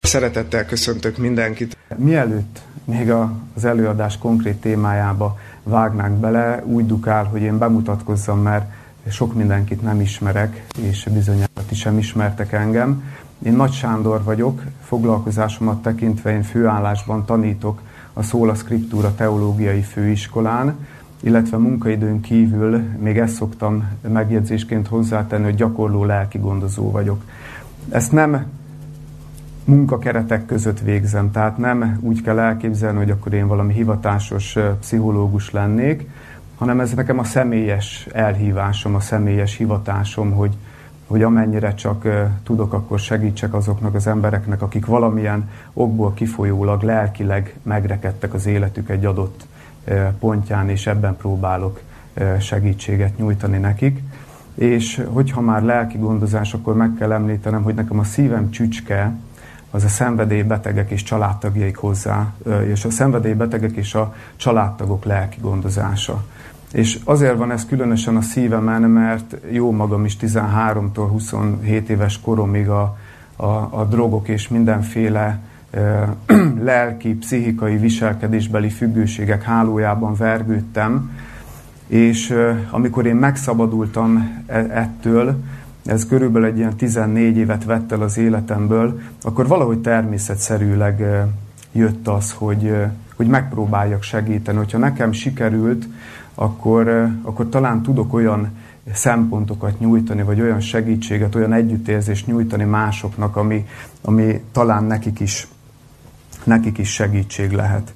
Szeretettel köszöntök mindenkit. Mielőtt még az előadás konkrét témájába vágnánk bele, úgy dukál, hogy én bemutatkozzam, mert sok mindenkit nem ismerek, és bizonyára ti sem ismertek engem. Én Nagy Sándor vagyok, foglalkozásomat tekintve én főállásban tanítok a Sola Scriptura teológiai főiskolán, illetve munkaidőn kívül még ezt szoktam megjegyzésként hozzátenni, hogy gyakorló lelkigondozó vagyok. Ezt nem munkakeretek között végzem, tehát nem úgy kell elképzelni, hogy akkor én valami hivatásos pszichológus lennék, hanem ez nekem a személyes elhívásom, a személyes hivatásom, hogy amennyire csak tudok, akkor segítsek azoknak az embereknek, akik valamilyen okból kifolyólag lelkileg megrekedtek az életük egy adott pontján, és ebben próbálok segítséget nyújtani nekik. És hogyha már lelki gondozás, akkor meg kell említenem, hogy nekem a szívem csücske az a szenvedélybetegek és családtagjaik hozzá, és a szenvedélybetegek és a családtagok lelki gondozása. És azért van ez különösen a szívemen, mert jó magam is 13-tól 27 éves koromig a drogok és mindenféle lelki, pszichikai, viselkedésbeli függőségek hálójában vergődtem, és amikor én megszabadultam ettől, ez körülbelül egy ilyen 14 évet vett el az életemből, akkor valahogy természetszerűleg jött az, hogy megpróbáljak segíteni. Hogyha nekem sikerült, akkor talán tudok olyan szempontokat nyújtani, vagy olyan segítséget, olyan együttérzést nyújtani másoknak, ami talán nekik is segítség lehet.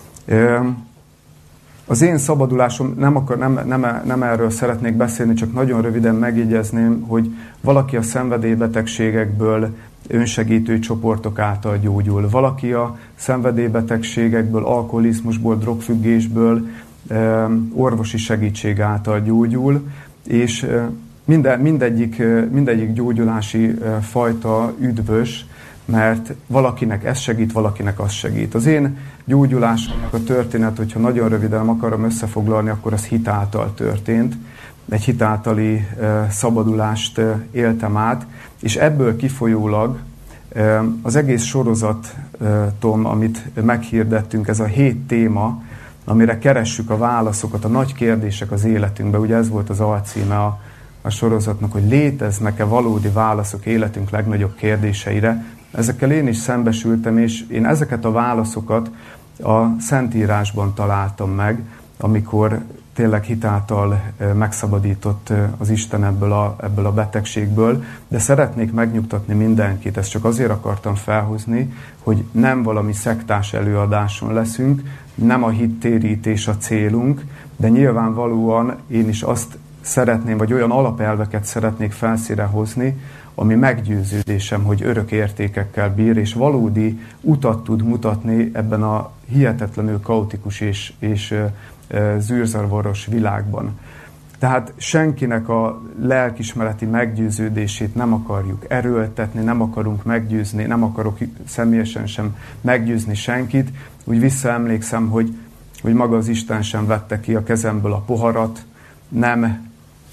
Az én szabadulásom, nem erről szeretnék beszélni, csak nagyon röviden megjegyezném, hogy valaki a szenvedélybetegségekből önsegítő csoportok által gyógyul, valaki a szenvedélybetegségekből, alkoholizmusból, drogfüggésből orvosi segítség által gyógyul, és mindegyik gyógyulási fajta üdvös, mert valakinek ez segít, valakinek az segít. Az én gyógyulásomnak a történet, hogyha nagyon röviden akarom összefoglalni, akkor az hit által történt. Egy hit általi szabadulást éltem át, és ebből kifolyólag az egész sorozatom, amit meghirdettünk, ez a 7 téma, amire keressük a válaszokat, a nagy kérdések az életünkben. Ugye ez volt az alcíme a sorozatnak, hogy léteznek-e valódi válaszok életünk legnagyobb kérdéseire. Ezekkel én is szembesültem, és én ezeket a válaszokat a Szentírásban találtam meg, amikor tényleg hitáltal megszabadított az Isten ebből a betegségből, de szeretnék megnyugtatni mindenkit, ezt csak azért akartam felhozni, hogy nem valami szektás előadáson leszünk, nem a hittérítés a célunk, de nyilvánvalóan én is azt szeretném, vagy olyan alapelveket szeretnék felszínre hozni, ami meggyőződésem, hogy örök értékekkel bír, és valódi utat tud mutatni ebben a hihetetlenül kaotikus és zűrzavaros világban. Tehát senkinek a lelkismereti meggyőződését nem akarjuk erőltetni, nem akarunk meggyőzni, nem akarok személyesen sem meggyőzni senkit. Úgy visszaemlékszem, hogy maga az Isten sem vette ki a kezemből a poharat, nem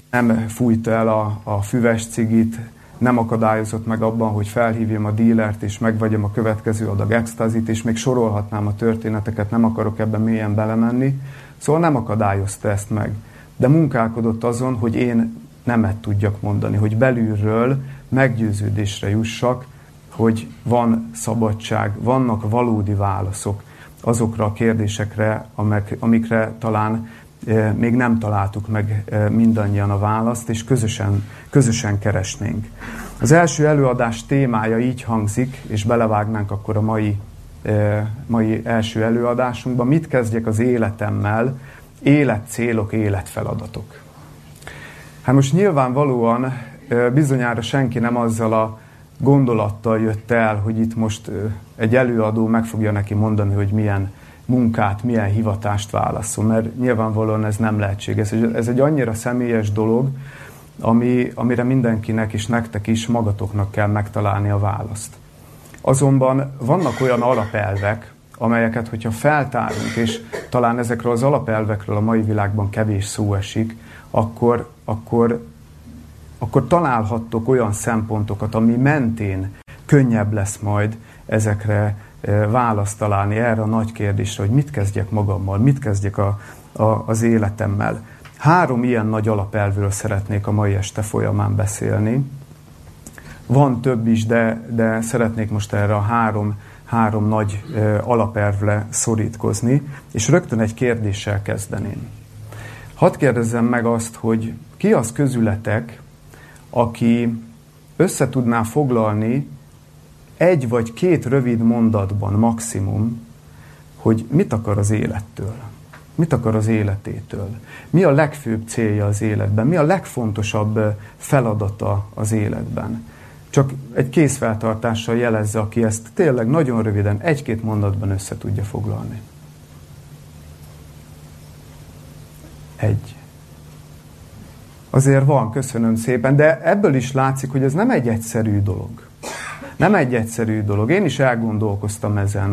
fújta el a füves cigit, nem akadályozott meg abban, hogy felhívjam a dílert, és megvegyem a következő adag extazit, és még sorolhatnám a történeteket, nem akarok ebben mélyen belemenni. Szóval nem akadályozta ezt meg. De munkálkodott azon, hogy én nemet tudjak mondani, hogy belülről meggyőződésre jussak, hogy van szabadság, vannak valódi válaszok azokra a kérdésekre, amikre talán még nem találtuk meg mindannyian a választ, és közösen keresnénk. Az első előadás témája így hangzik, és belevágnánk akkor a mai első előadásunkba. Mit kezdjek az életemmel? Életcélok, életfeladatok. Hát most nyilvánvalóan bizonyára senki nem azzal a gondolattal jött el, hogy itt most egy előadó meg fogja neki mondani, hogy milyen munkát, milyen hivatást válaszol, mert nyilvánvalóan ez nem lehetséges. Ez egy annyira személyes dolog, amire mindenkinek és nektek is magatoknak kell megtalálni a választ. Azonban vannak olyan alapelvek, amelyeket, hogyha feltárunk, és talán ezekről az alapelvekről a mai világban kevés szó esik, akkor találhattok olyan szempontokat, ami mentén könnyebb lesz majd ezekre választ találni, erre a nagy kérdésre, hogy mit kezdjek magammal, mit kezdjek az életemmel. 3 ilyen nagy alapelvről szeretnék a mai este folyamán beszélni. Van több is, de szeretnék most erre a három nagy alapelvre szorítkozni, és rögtön egy kérdéssel kezdeném. Hadd kérdezzem meg azt, hogy ki az közületek, aki össze tudná foglalni 1 vagy 2 rövid mondatban maximum, hogy mit akar az élettől, mit akar az életétől, mi a legfőbb célja az életben, mi a legfontosabb feladata az életben. Csak egy kézfeltartással jelezze, aki ezt tényleg nagyon röviden, 1-2 mondatban össze tudja foglalni. 1. Azért van, köszönöm szépen, de ebből is látszik, hogy ez nem egy egyszerű dolog. Nem egy egyszerű dolog. Én is elgondolkoztam ezen,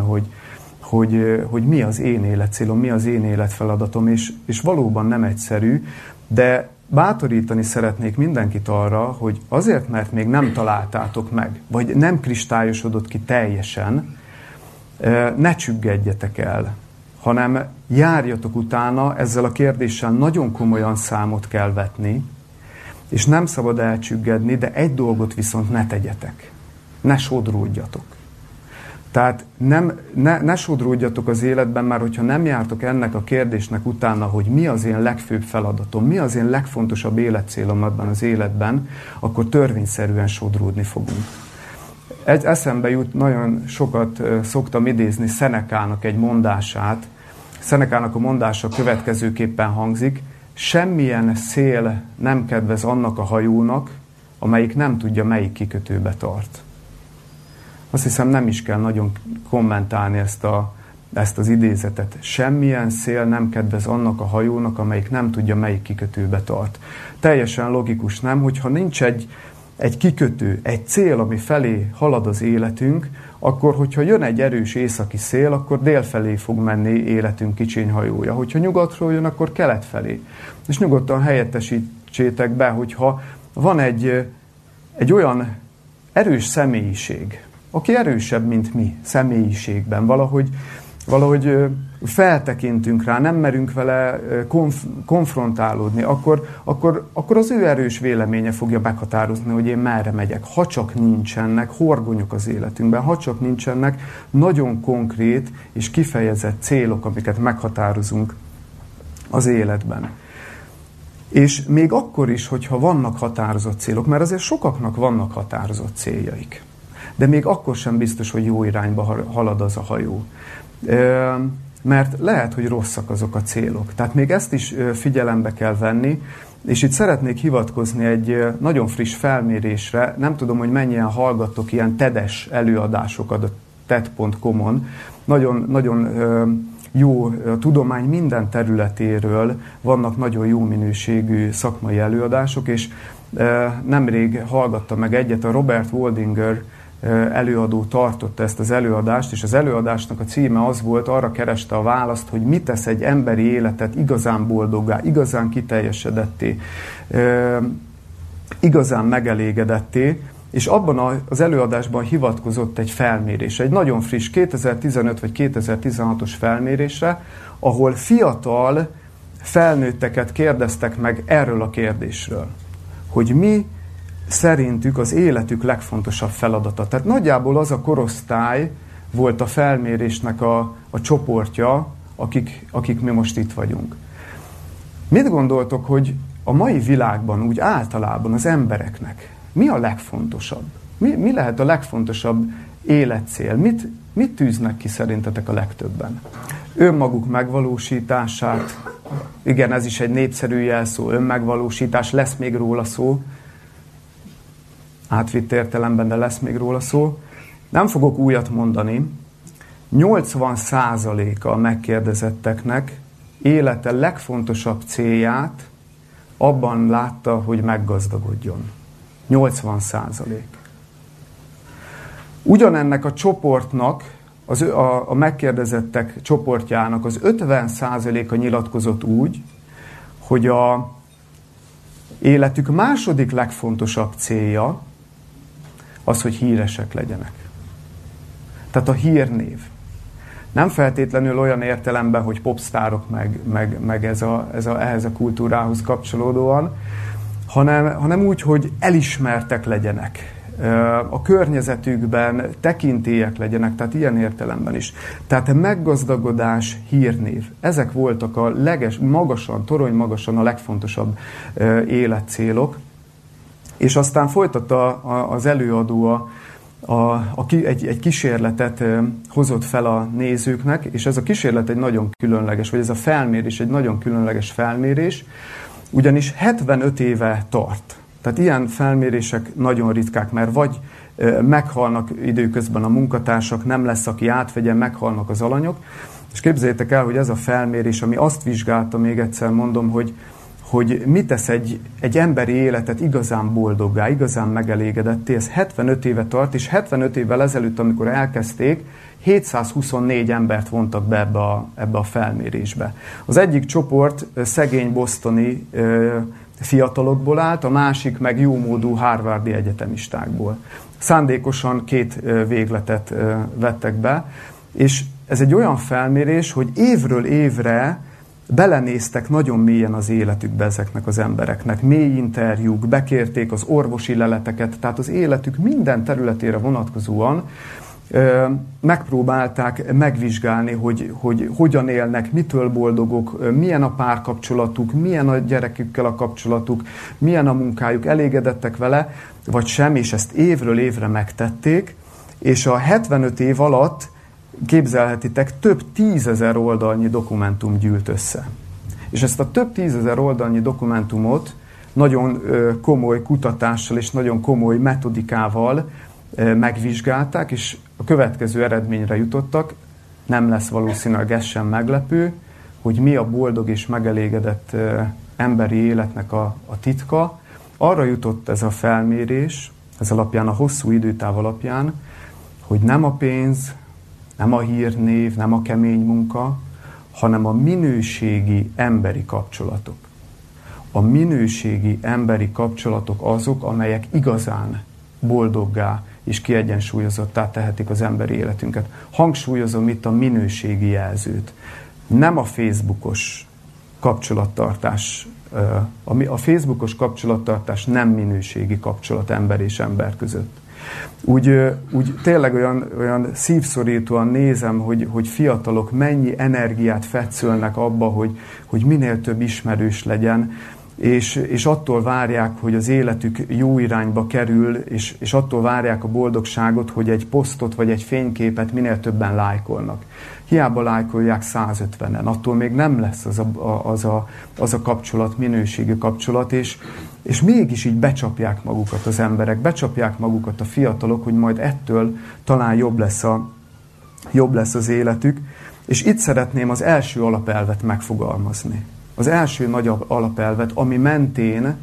hogy mi az én életcélom, mi az én életfeladatom, és valóban nem egyszerű, de bátorítani szeretnék mindenkit arra, hogy azért, mert még nem találtátok meg, vagy nem kristályosodott ki teljesen, ne csüggedjetek el, hanem járjatok utána, ezzel a kérdéssel nagyon komolyan számot kell vetni, és nem szabad elcsüggedni, de egy dolgot viszont ne tegyetek. Ne sodródjatok. Tehát ne sodródjatok az életben, mert hogyha nem jártok ennek a kérdésnek utána, hogy mi az én legfőbb feladatom, mi az én legfontosabb életcélom ebben az életben, akkor törvényszerűen sodródni fogunk. Eszembe jut, nagyon sokat szoktam idézni Senekának egy mondását. Senekának a mondása következőképpen hangzik: semmilyen szél nem kedvez annak a hajónak, amelyik nem tudja, melyik kikötőbe tart. Azt hiszem, nem is kell nagyon kommentálni ezt az idézetet. Semmilyen szél nem kedvez annak a hajónak, amelyik nem tudja, melyik kikötőbe tart. Teljesen logikus, nem? Hogyha nincs egy kikötő, egy cél, ami felé halad az életünk, akkor, hogyha jön egy erős északi szél, akkor dél felé fog menni életünk kicsiny hajója. Hogyha nyugatról jön, akkor kelet felé. És nyugodtan helyettesítsétek be, hogyha van egy olyan erős személyiség, aki erősebb, mint mi személyiségben, valahogy feltekintünk rá, nem merünk vele konfrontálódni, akkor az ő erős véleménye fogja meghatározni, hogy én merre megyek. Ha csak nincsenek horgonyok az életünkben, ha csak nincsenek nagyon konkrét és kifejezett célok, amiket meghatározunk az életben. És még akkor is, hogyha vannak határozott célok, mert azért sokaknak vannak határozott céljaik. De még akkor sem biztos, hogy jó irányba halad az a hajó. Mert lehet, hogy rosszak azok a célok. Tehát még ezt is figyelembe kell venni, és itt szeretnék hivatkozni egy nagyon friss felmérésre. Nem tudom, hogy mennyien hallgattok ilyen TED-es előadásokat a TED.com-on. Nagyon jó tudomány minden területéről vannak nagyon jó minőségű szakmai előadások, és nemrég hallgattam meg egyet, a Robert Waldinger előadó tartotta ezt az előadást, és az előadásnak a címe az volt, arra kereste a választ, hogy mit tesz egy emberi életet igazán boldoggá, igazán kiteljesedetté, igazán megelégedetté, és abban az előadásban hivatkozott egy felmérésre, egy nagyon friss 2015 vagy 2016-os felmérésre, ahol fiatal felnőtteket kérdeztek meg erről a kérdésről, hogy mi szerintük az életük legfontosabb feladata. Tehát nagyjából az a korosztály volt a felmérésnek a csoportja, akik mi most itt vagyunk. Mit gondoltok, hogy a mai világban úgy általában az embereknek mi a legfontosabb? Mi lehet a legfontosabb életcél? Mit tűznek ki szerintetek a legtöbben? Önmaguk megvalósítását, igen, ez is egy népszerű jelszó, önmegvalósítás, lesz még róla szó, átvitt értelemben, de lesz még róla szó. Nem fogok újat mondani. 80%-a a megkérdezetteknek élete legfontosabb célját abban látta, hogy meggazdagodjon. 80%. Ugyanennek a csoportnak, a megkérdezettek csoportjának az 50%-a nyilatkozott úgy, hogy a életük második legfontosabb célja az, hogy híresek legyenek. Tehát a hírnév. Nem feltétlenül olyan értelemben, hogy popstárok meg ehhez a kultúrához kapcsolódóan, hanem úgy, hogy elismertek legyenek. A környezetükben tekintélyek legyenek, tehát ilyen értelemben is. Tehát meggazdagodás, hírnév. Ezek voltak a torony magasan a legfontosabb életcélok. És aztán folytatta az előadó egy kísérletet hozott fel a nézőknek, és ez a kísérlet egy nagyon különleges, vagy ez a felmérés egy nagyon különleges felmérés, ugyanis 75 éve tart. Tehát ilyen felmérések nagyon ritkák, mert vagy meghalnak időközben a munkatársak, nem lesz, aki átvegye, meghalnak az alanyok. És képzeljétek el, hogy ez a felmérés, ami azt vizsgálta, még egyszer mondom, hogy mit tesz egy emberi életet igazán boldoggá, igazán megelégedetté. Ez 75 éve tart, és 75 évvel ezelőtt, amikor elkezdték, 724 embert vontak be ebbe a felmérésbe. Az egyik csoport szegény bostoni fiatalokból állt, a másik meg jómódú harvardi egyetemistákból. Szándékosan 2 végletet vettek be, és ez egy olyan felmérés, hogy évről évre belenéztek nagyon mélyen az életükbe ezeknek az embereknek. Mély interjúk, bekérték az orvosi leleteket, tehát az életük minden területére vonatkozóan megpróbálták megvizsgálni, hogy hogyan élnek, mitől boldogok, milyen a párkapcsolatuk, milyen a gyerekükkel a kapcsolatuk, milyen a munkájuk, elégedettek vele, vagy sem, és ezt évről évre megtették, és a 75 év alatt képzelhetitek, több 10 000 oldalnyi dokumentum gyűlt össze. És ezt a több 10 000 oldalnyi dokumentumot nagyon komoly kutatással és nagyon komoly metodikával megvizsgálták, és a következő eredményre jutottak, nem lesz valószínűleg ez sem meglepő, hogy mi a boldog és megelégedett emberi életnek a titka. Arra jutott ez a felmérés, ez alapján, a hosszú időtáv alapján, hogy nem a pénz, nem a hírnév, nem a kemény munka, hanem a minőségi emberi kapcsolatok. A minőségi emberi kapcsolatok azok, amelyek igazán boldoggá és kiegyensúlyozottá tehetik az emberi életünket. Hangsúlyozom itt a minőségi jelzőt. Nem a Facebookos kapcsolattartás. A Facebookos kapcsolattartás nem minőségi kapcsolat ember és ember között. Úgy tényleg olyan szívszorítóan nézem, hogy fiatalok mennyi energiát fetszölnek abba, hogy minél több ismerős legyen, és attól várják, hogy az életük jó irányba kerül, és attól várják a boldogságot, hogy egy posztot vagy egy fényképet minél többen lájkolnak. Hiába lájkolják 150-en, attól még nem lesz az a kapcsolat, minőségi kapcsolat, és mégis így becsapják magukat az emberek, becsapják magukat a fiatalok, hogy majd ettől talán jobb lesz az életük. És itt szeretném az első alapelvet megfogalmazni. Az első nagy alapelvet, ami mentén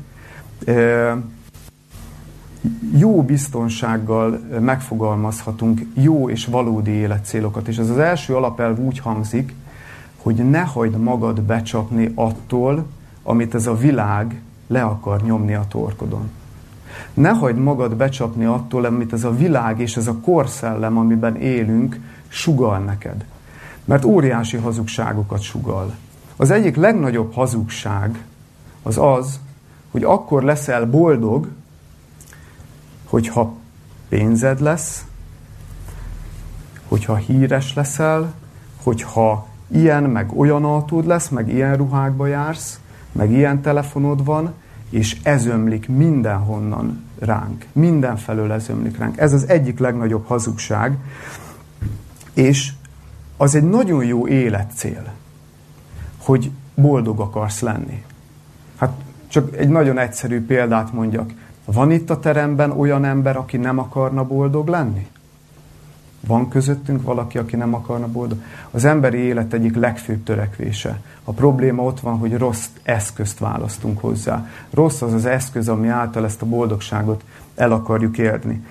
jó biztonsággal megfogalmazhatunk jó és valódi életcélokat. És ez az első alapelv úgy hangzik, hogy ne hagyd magad becsapni attól, amit ez a világ le akar nyomni a torkodon. Ne hagyd magad becsapni attól, amit ez a világ és ez a korszellem, amiben élünk, sugall neked. Mert óriási hazugságokat sugall. Az egyik legnagyobb hazugság az, hogy akkor leszel boldog, hogyha pénzed lesz, hogyha híres leszel, hogyha ilyen, meg olyan autód lesz, meg ilyen ruhákba jársz, meg ilyen telefonod van, és ez ömlik mindenhonnan ránk. Mindenfelől ez ömlik ránk. Ez az egyik legnagyobb hazugság, és az egy nagyon jó életcél, hogy boldog akarsz lenni. Hát csak egy nagyon egyszerű példát mondjak. Van itt a teremben olyan ember, aki nem akarna boldog lenni? Van közöttünk valaki, aki nem akarna boldog? Az emberi élet egyik legfőbb törekvése. A probléma ott van, hogy rossz eszközt választunk hozzá. Rossz az az eszköz, ami által ezt a boldogságot el akarjuk érni.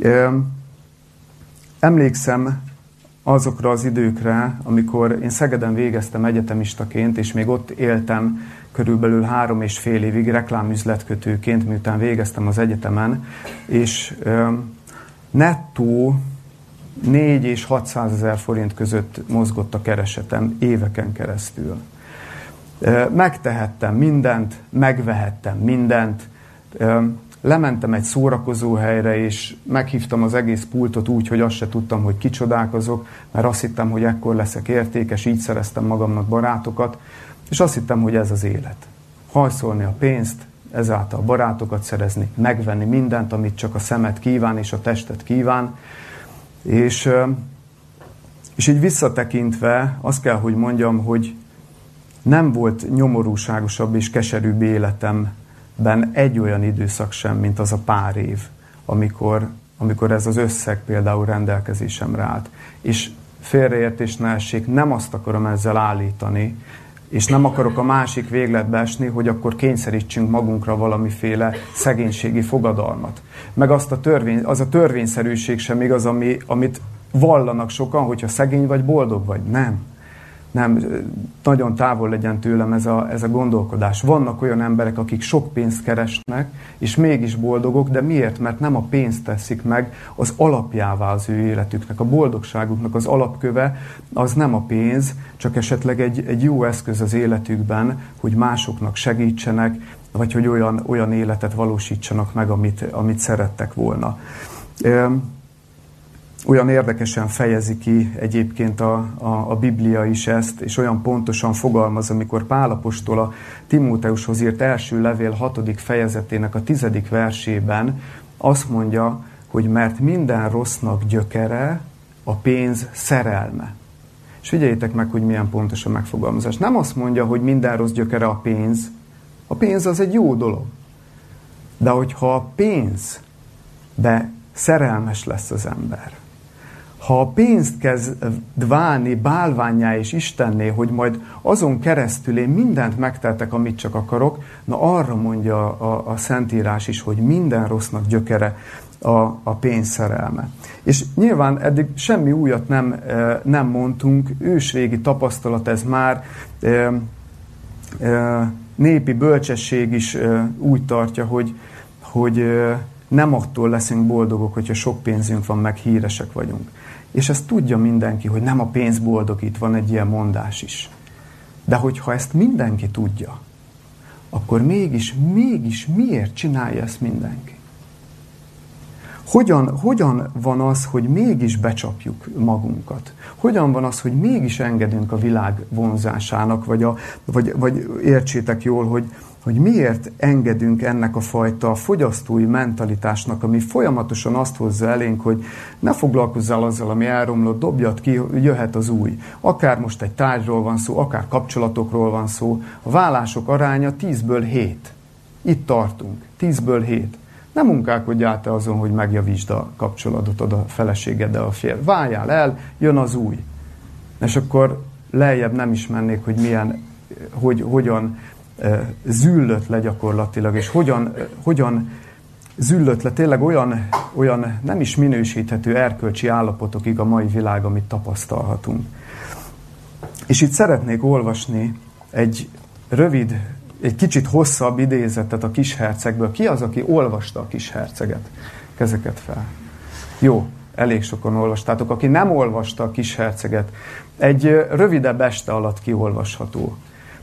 Emlékszem azokra az időkre, amikor én Szegeden végeztem egyetemistaként, és még ott éltem körülbelül 3,5 évig reklámüzletkötőként, miután végeztem az egyetemen, és nettó 4 és 600 000 forint között mozgott a keresetem éveken keresztül. Megtehettem mindent, megvehettem mindent, lementem egy szórakozóhelyre, és meghívtam az egész pultot úgy, hogy azt se tudtam, hogy kicsodálkozok, mert azt hittem, hogy ekkor leszek értékes, így szereztem magamnak barátokat, és azt hittem, hogy ez az élet. Hajszolni a pénzt, ezáltal barátokat szerezni, megvenni mindent, amit csak a szemed kíván és a tested kíván. És így visszatekintve azt kell, hogy mondjam, hogy nem volt nyomorúságosabb és keserűbb életemben egy olyan időszak sem, mint az a pár év, amikor ez az összeg például rendelkezésemre állt. És félreértés ne essék, nem azt akarom ezzel állítani, és nem akarok a másik végletbe esni, hogy akkor kényszerítsünk magunkra valamiféle szegénységi fogadalmat. Meg az a törvényszerűség sem igaz, amit vallanak sokan, hogyha szegény vagy, boldog vagy. Nem, nagyon távol legyen tőlem ez a gondolkodás. Vannak olyan emberek, akik sok pénzt keresnek, és mégis boldogok, de miért? Mert nem a pénzt teszik meg az alapjává az ő életüknek. A boldogságuknak az alapköve az nem a pénz, csak esetleg egy jó eszköz az életükben, hogy másoknak segítsenek, vagy hogy olyan életet valósítsanak meg, amit szerettek volna. Olyan érdekesen fejezi ki egyébként a Biblia is ezt, és olyan pontosan fogalmaz, amikor Pál apostol a Timóteushoz írt első levél 6. fejezetének a 10. versében azt mondja, hogy mert minden rossznak gyökere a pénz szerelme. És figyeljétek meg, hogy milyen pontos a megfogalmazás. Nem azt mondja, hogy minden rossz gyökere a pénz. A pénz az egy jó dolog. De hogyha a pénzbe szerelmes lesz az ember, ha a pénzt kezd válni bálvánnyá és Istenné, hogy majd azon keresztül én mindent megtettek, amit csak akarok, na arra mondja a Szentírás is, hogy minden rossznak gyökere a pénz szerelme. És nyilván eddig semmi újat nem mondtunk, ősrégi tapasztalat ez már, népi bölcsesség is úgy tartja, hogy nem attól leszünk boldogok, hogyha sok pénzünk van, meg híresek vagyunk. És ezt tudja mindenki, hogy nem a pénz boldogít, van egy ilyen mondás is. De hogyha ezt mindenki tudja, akkor mégis miért csinálja ezt mindenki? Hogyan van az, hogy mégis becsapjuk magunkat? Hogyan van az, hogy mégis engedünk a világ vonzásának, vagy értsétek jól, hogy miért engedünk ennek a fajta fogyasztói mentalitásnak, ami folyamatosan azt hozza elénk, hogy ne foglalkozzál azzal, ami elromlott, dobjad ki, jöhet az új. Akár most egy tárgyról van szó, akár kapcsolatokról van szó. A vállások aránya 10-ből 7. Itt tartunk. 10-ből 7. Nem munkálkodjál te azon, hogy megjavítsd a kapcsolatot a feleségeddel, a férj. Váljál el, jön az új. És akkor lejjebb nem is mennék, hogy hogyan züllött le gyakorlatilag, és hogyan züllött le tényleg olyan nem is minősíthető erkölcsi állapotokig a mai világ, amit tapasztalhatunk. És itt szeretnék olvasni egy kicsit hosszabb idézetet a Kishercegből. Ki az, aki olvasta a Kisherceget? Kezeket fel. Jó, elég sokan olvastátok. Aki nem olvasta a Kisherceget, egy rövidebb este alatt kiolvasható.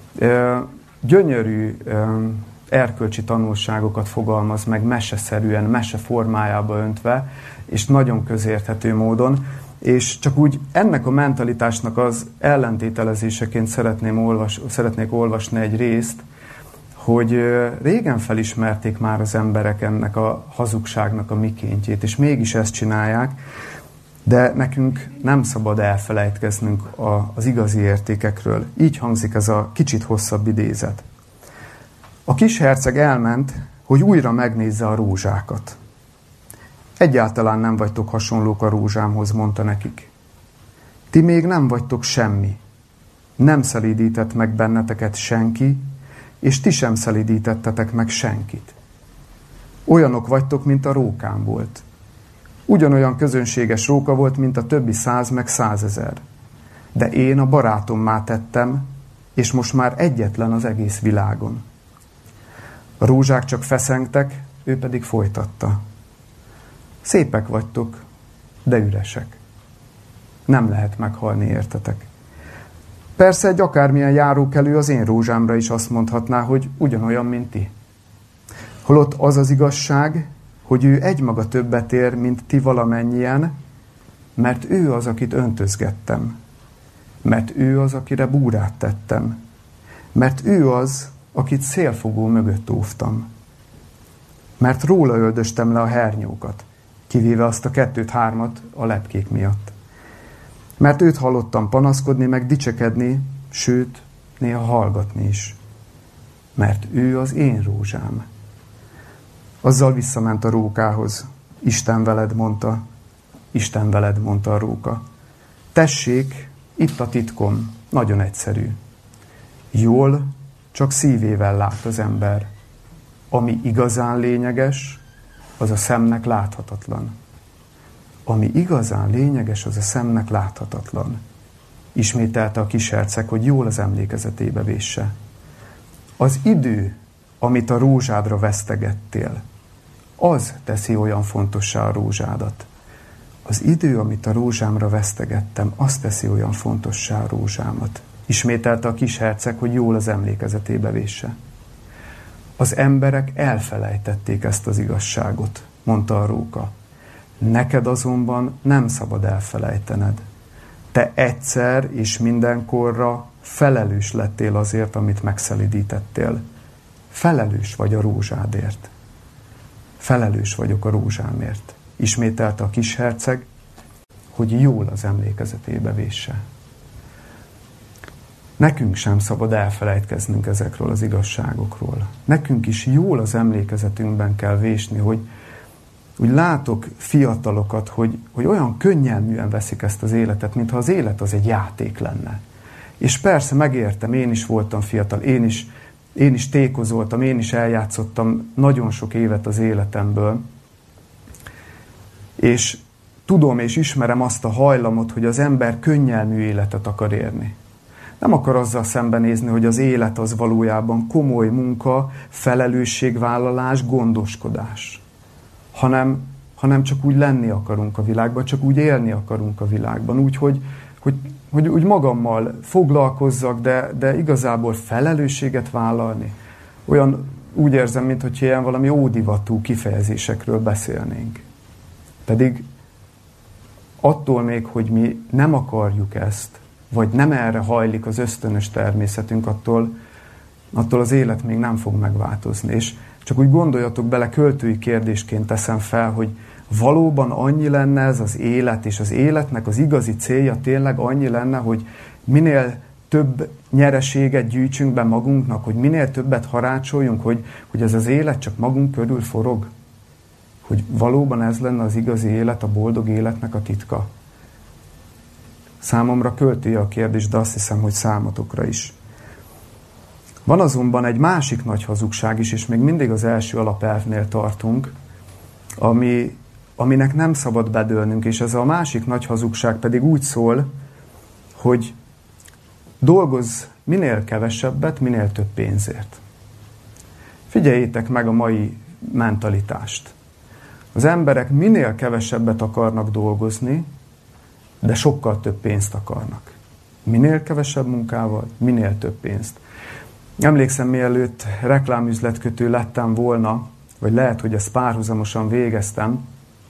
Gyönyörű erkölcsi tanulságokat fogalmaz meg meseszerűen, mese formájába öntve, és nagyon közérthető módon. És csak úgy ennek a mentalitásnak az ellentételezéseként szeretnék olvasni egy részt, hogy régen felismerték már az emberek ennek a hazugságnak a mikéntjét, és mégis ezt csinálják, de nekünk nem szabad elfelejtkeznünk az igazi értékekről. Így hangzik ez a kicsit hosszabb idézet. A kisherceg elment, hogy újra megnézze a rózsákat. Egyáltalán nem vagytok hasonlók a rózsámhoz, mondta nekik. Ti még nem vagytok semmi. Nem szelídített meg benneteket senki, és ti sem szelídítettetek meg senkit. Olyanok vagytok, mint a rókám volt. Ugyanolyan közönséges róka volt, mint a többi 100 meg 100 000. De én a barátommá tettem, és most már egyetlen az egész világon. A rózsák csak feszengtek, ő pedig folytatta. Szépek vagytok, de üresek. Nem lehet meghalni, értetek? Persze egy akármilyen járókelő az én rózsámra is azt mondhatná, hogy ugyanolyan, mint ti. Holott az az igazság, hogy ő egymaga többet ér, mint ti valamennyien, mert ő az, akit öntözgettem. Mert ő az, akire búrát tettem. Mert ő az, akit szélfogó mögött óvtam. Mert róla öldöstem le a hernyókat, kivéve azt a 2-3 a lepkék miatt. Mert őt hallottam panaszkodni, meg dicsekedni, sőt, néha hallgatni is. Mert ő az én rózsám. Azzal visszament a rókához. Isten veled, mondta. Isten veled, mondta a róka. Tessék, itt a titkom, nagyon egyszerű. Jól, csak szívével lát az ember. Ami igazán lényeges, az a szemnek láthatatlan. Ami igazán lényeges, az a szemnek láthatatlan. Ismételte a kis herceg, hogy jól az emlékezetébe vésse. Az idő, amit a rózsádra vesztegettél, az teszi olyan fontossá a rózsádat. Az idő, amit a rózsámra vesztegettem, az teszi olyan fontossá a rózsámat. Ismételte a kis herceg, hogy jól az emlékezetébe vésse. Az emberek elfelejtették ezt az igazságot, mondta a róka. Neked azonban nem szabad elfelejtened. Te egyszer és mindenkorra felelős lettél azért, amit megszelidítettél. Felelős vagy a rózsádért. Felelős vagyok a rózsámért. Ismételte a kis herceg, hogy jól az emlékezetébe vésse. Nekünk sem szabad elfelejtkeznünk ezekről az igazságokról. Nekünk is jól az emlékezetünkben kell vésni, hogy úgy látok fiatalokat, hogy olyan könnyelműen veszik ezt az életet, mintha az élet az egy játék lenne. És persze megértem, én is voltam fiatal, én is tékozoltam, én is eljátszottam nagyon sok évet az életemből, és tudom és ismerem azt a hajlamot, hogy az ember könnyelmű életet akar érni. Nem akar azzal szembenézni, hogy az élet az valójában komoly munka, felelősségvállalás, gondoskodás. Hanem csak úgy lenni akarunk a világban, csak úgy élni akarunk a világban. Úgy, hogy úgy magammal foglalkozzak, de igazából felelősséget vállalni. Olyan úgy érzem, mintha ilyen valami ódivatú kifejezésekről beszélnénk. Pedig attól még, hogy mi nem akarjuk ezt, vagy nem erre hajlik az ösztönös természetünk, attól az élet még nem fog megváltozni. És csak úgy gondoljatok bele, költői kérdésként teszem fel, hogy valóban annyi lenne ez az élet, és az életnek az igazi célja tényleg annyi lenne, hogy minél több nyereséget gyűjtsünk be magunknak, hogy minél többet harácsoljunk, hogy ez az élet csak magunk körül forog. Hogy valóban ez lenne az igazi élet, a boldog életnek a titka. Számomra költői a kérdés, de azt hiszem, hogy számotokra is. Van azonban egy másik nagy hazugság is, és még mindig az első alapelvnél tartunk, aminek nem szabad bedőlnünk, és ez a másik nagy hazugság pedig úgy szól, hogy dolgozz minél kevesebbet, minél több pénzért. Figyeljétek meg a mai mentalitást. Az emberek minél kevesebbet akarnak dolgozni, de sokkal több pénzt akarnak. Minél kevesebb munkával, minél több pénzt. Emlékszem, mielőtt reklámüzletkötő lettem volna, vagy lehet, hogy ezt párhuzamosan végeztem,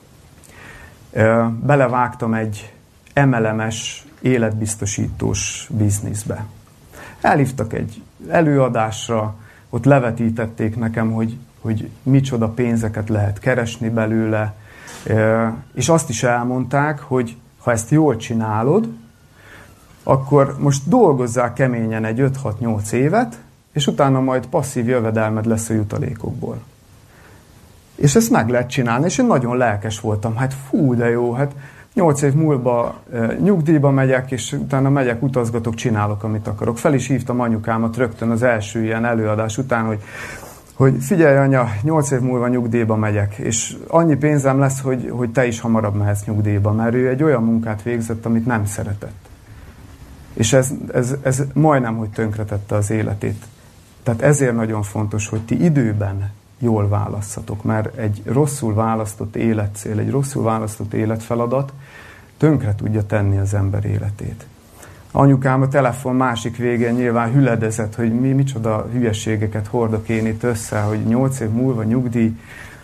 belevágtam egy MLM-es életbiztosítós bizniszbe. Elhívtak egy előadásra, ott levetítették nekem, hogy micsoda pénzeket lehet keresni belőle, és azt is elmondták, hogy ha ezt jól csinálod, akkor most dolgozzál keményen egy 5-6-8 évet, és utána majd passzív jövedelmed lesz a jutalékokból. És ezt meg lehet csinálni, és én nagyon lelkes voltam. Hát fú, de jó, hát 8 év múlva nyugdíjba megyek, és utána megyek, utazgatok, csinálok, amit akarok. Fel is hívtam anyukámat rögtön az első ilyen előadás után, hogy figyelj anya, 8 év múlva nyugdíjba megyek, és annyi pénzem lesz, hogy te is hamarabb mehetsz nyugdíjba, mert ő egy olyan munkát végzett, amit nem szeretett. És ez majdnem, hogy tönkretette az életét. Tehát ezért nagyon fontos, hogy ti időben jól válasszatok, mert egy rosszul választott életcél, egy rosszul választott életfeladat tönkre tudja tenni az ember életét. Anyukám a telefon másik végén nyilván hüledezett, hogy micsoda hülyeségeket hordok én itt össze, hogy 8 év múlva nyugdíj.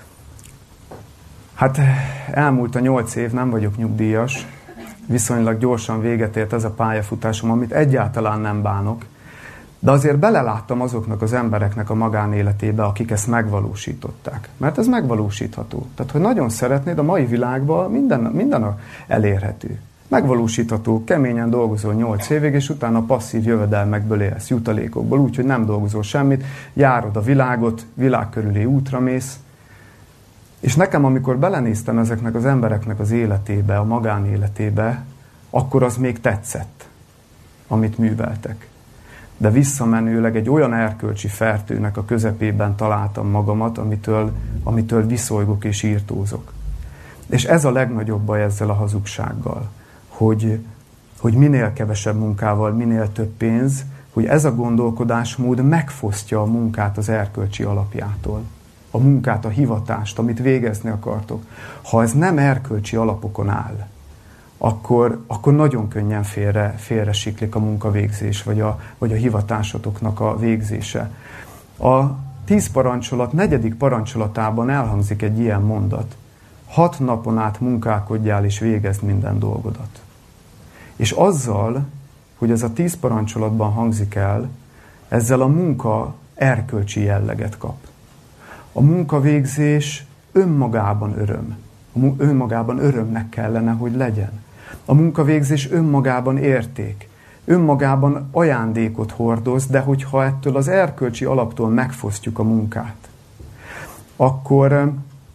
Hát elmúlt a 8 év, nem vagyok nyugdíjas, viszonylag gyorsan véget ért ez a pályafutásom, amit egyáltalán nem bánok, de azért beleláttam azoknak az embereknek a magánéletébe, akik ezt megvalósították. Mert ez megvalósítható. Tehát, hogy nagyon szeretnéd, a mai világban minden elérhető. Megvalósítható, keményen dolgozol 8 évig, és utána passzív jövedelmekből élsz, jutalékokból, úgyhogy nem dolgozol semmit, járod a világot, világ körüli útra mész. És nekem, amikor belenéztem ezeknek az embereknek az életébe, a magánéletébe, akkor az még tetszett, amit műveltek. De visszamenőleg egy olyan erkölcsi fertőnek a közepében találtam magamat, amitől viszolygok és írtózok. És ez a legnagyobb baj ezzel a hazugsággal, hogy minél kevesebb munkával, minél több pénz, hogy ez a gondolkodásmód megfosztja a munkát az erkölcsi alapjától. A munkát, a hivatást, amit végezni akartok. Ha ez nem erkölcsi alapokon áll, akkor nagyon könnyen félre siklik a munkavégzés, vagy a hivatásotoknak a végzése. A 10 parancsolat 4. parancsolatában elhangzik egy ilyen mondat. 6 napon át munkálkodjál és végezd minden dolgodat. És azzal, hogy ez a 10 parancsolatban hangzik el, ezzel a munka erkölcsi jelleget kap. A munkavégzés önmagában öröm. Önmagában örömnek kellene, hogy legyen. A munkavégzés önmagában érték. Önmagában ajándékot hordoz, de hogyha ettől az erkölcsi alaptól megfosztjuk a munkát, akkor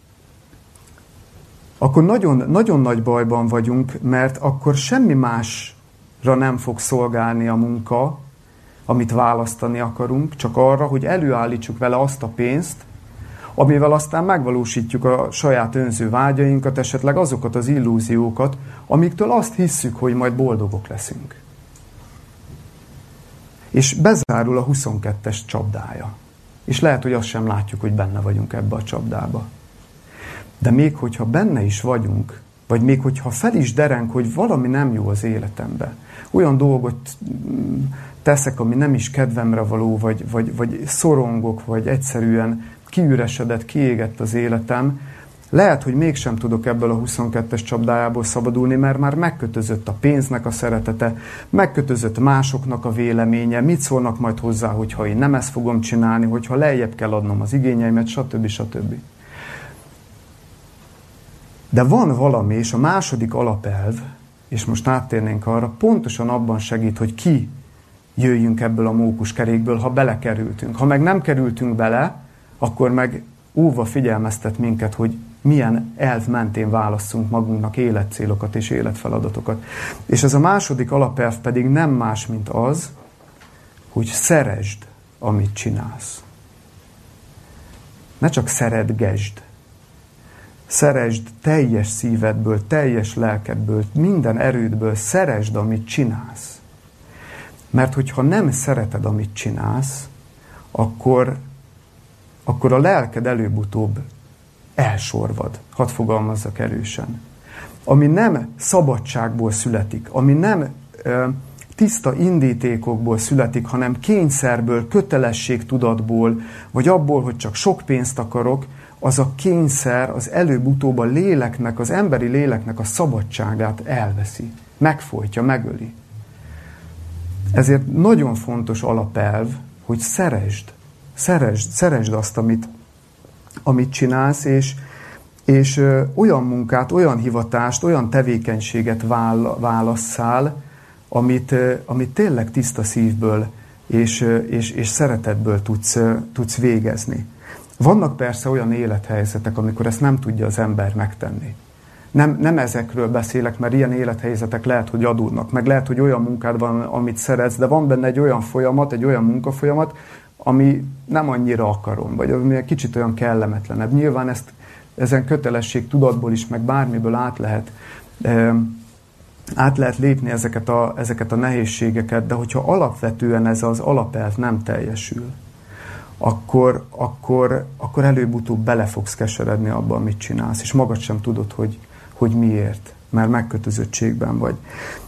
nagyon, nagyon nagy bajban vagyunk, mert akkor semmi másra nem fog szolgálni a munka, amit választani akarunk, csak arra, hogy előállítsuk vele azt a pénzt, amivel aztán megvalósítjuk a saját önző vágyainkat, esetleg azokat az illúziókat, amiktől azt hisszük, hogy majd boldogok leszünk. És bezárul a 22-es csapdája. És lehet, hogy azt sem látjuk, hogy benne vagyunk ebbe a csapdába. De még hogyha benne is vagyunk, vagy még hogyha fel is dereng, hogy valami nem jó az életemben, olyan dolgot teszek, ami nem is kedvemre való, vagy szorongok, vagy egyszerűen kiüresedett, kiégett az életem, lehet, hogy mégsem tudok ebből a 22-es csapdájából szabadulni, mert már megkötözött a pénznek a szeretete, megkötözött másoknak a véleménye, mit szólnak majd hozzá, hogyha én nem ezt fogom csinálni, hogyha lejjebb kell adnom az igényeimet, stb. Stb. De van valami, és a második alapelv, és most áttérnénk arra, pontosan abban segít, hogy ki jöjjünk ebből a mókuskerékből, ha belekerültünk. Ha meg nem kerültünk bele, akkor meg óva figyelmeztet minket, hogy milyen elv mentén válasszunk magunknak életcélokat és életfeladatokat. És ez a második alapelv pedig nem más, mint az, hogy szeresd, amit csinálsz. Ne csak szeretgesd. Szeresd teljes szívedből, teljes lelkedből, minden erődből, szeresd, amit csinálsz. Mert hogyha nem szereted, amit csinálsz, akkor a lelked előbb-utóbb elsorvad. Hadd fogalmazzak erősen. Ami nem szabadságból születik, ami nem tiszta indítékokból születik, hanem kényszerből, kötelességtudatból, vagy abból, hogy csak sok pénzt akarok, az a kényszer az előbb-utóbb a léleknek, az emberi léleknek a szabadságát elveszi. Megfojtja, megöli. Ezért nagyon fontos alapelv, hogy szeresd azt, amit csinálsz, és olyan munkát, olyan hivatást, olyan tevékenységet válasszál, amit tényleg tiszta szívből és szeretetből tudsz végezni. Vannak persze olyan élethelyzetek, amikor ezt nem tudja az ember megtenni. Nem ezekről beszélek, mert ilyen élethelyzetek lehet, hogy adódnak, meg lehet, hogy olyan munkád van, amit szeretsz, de van benne egy olyan folyamat, egy olyan munkafolyamat, ami nem annyira akarom, vagy ami egy kicsit olyan kellemetlenebb. Nyilván ezen kötelesség tudatból is, meg bármiből át lehet lépni ezeket a nehézségeket, de hogyha alapvetően ez az alapelv nem teljesül, akkor előbb-utóbb bele fogsz keseredni abba, amit csinálsz, és magad sem tudod, hogy miért. mert megkötözöttségben vagy.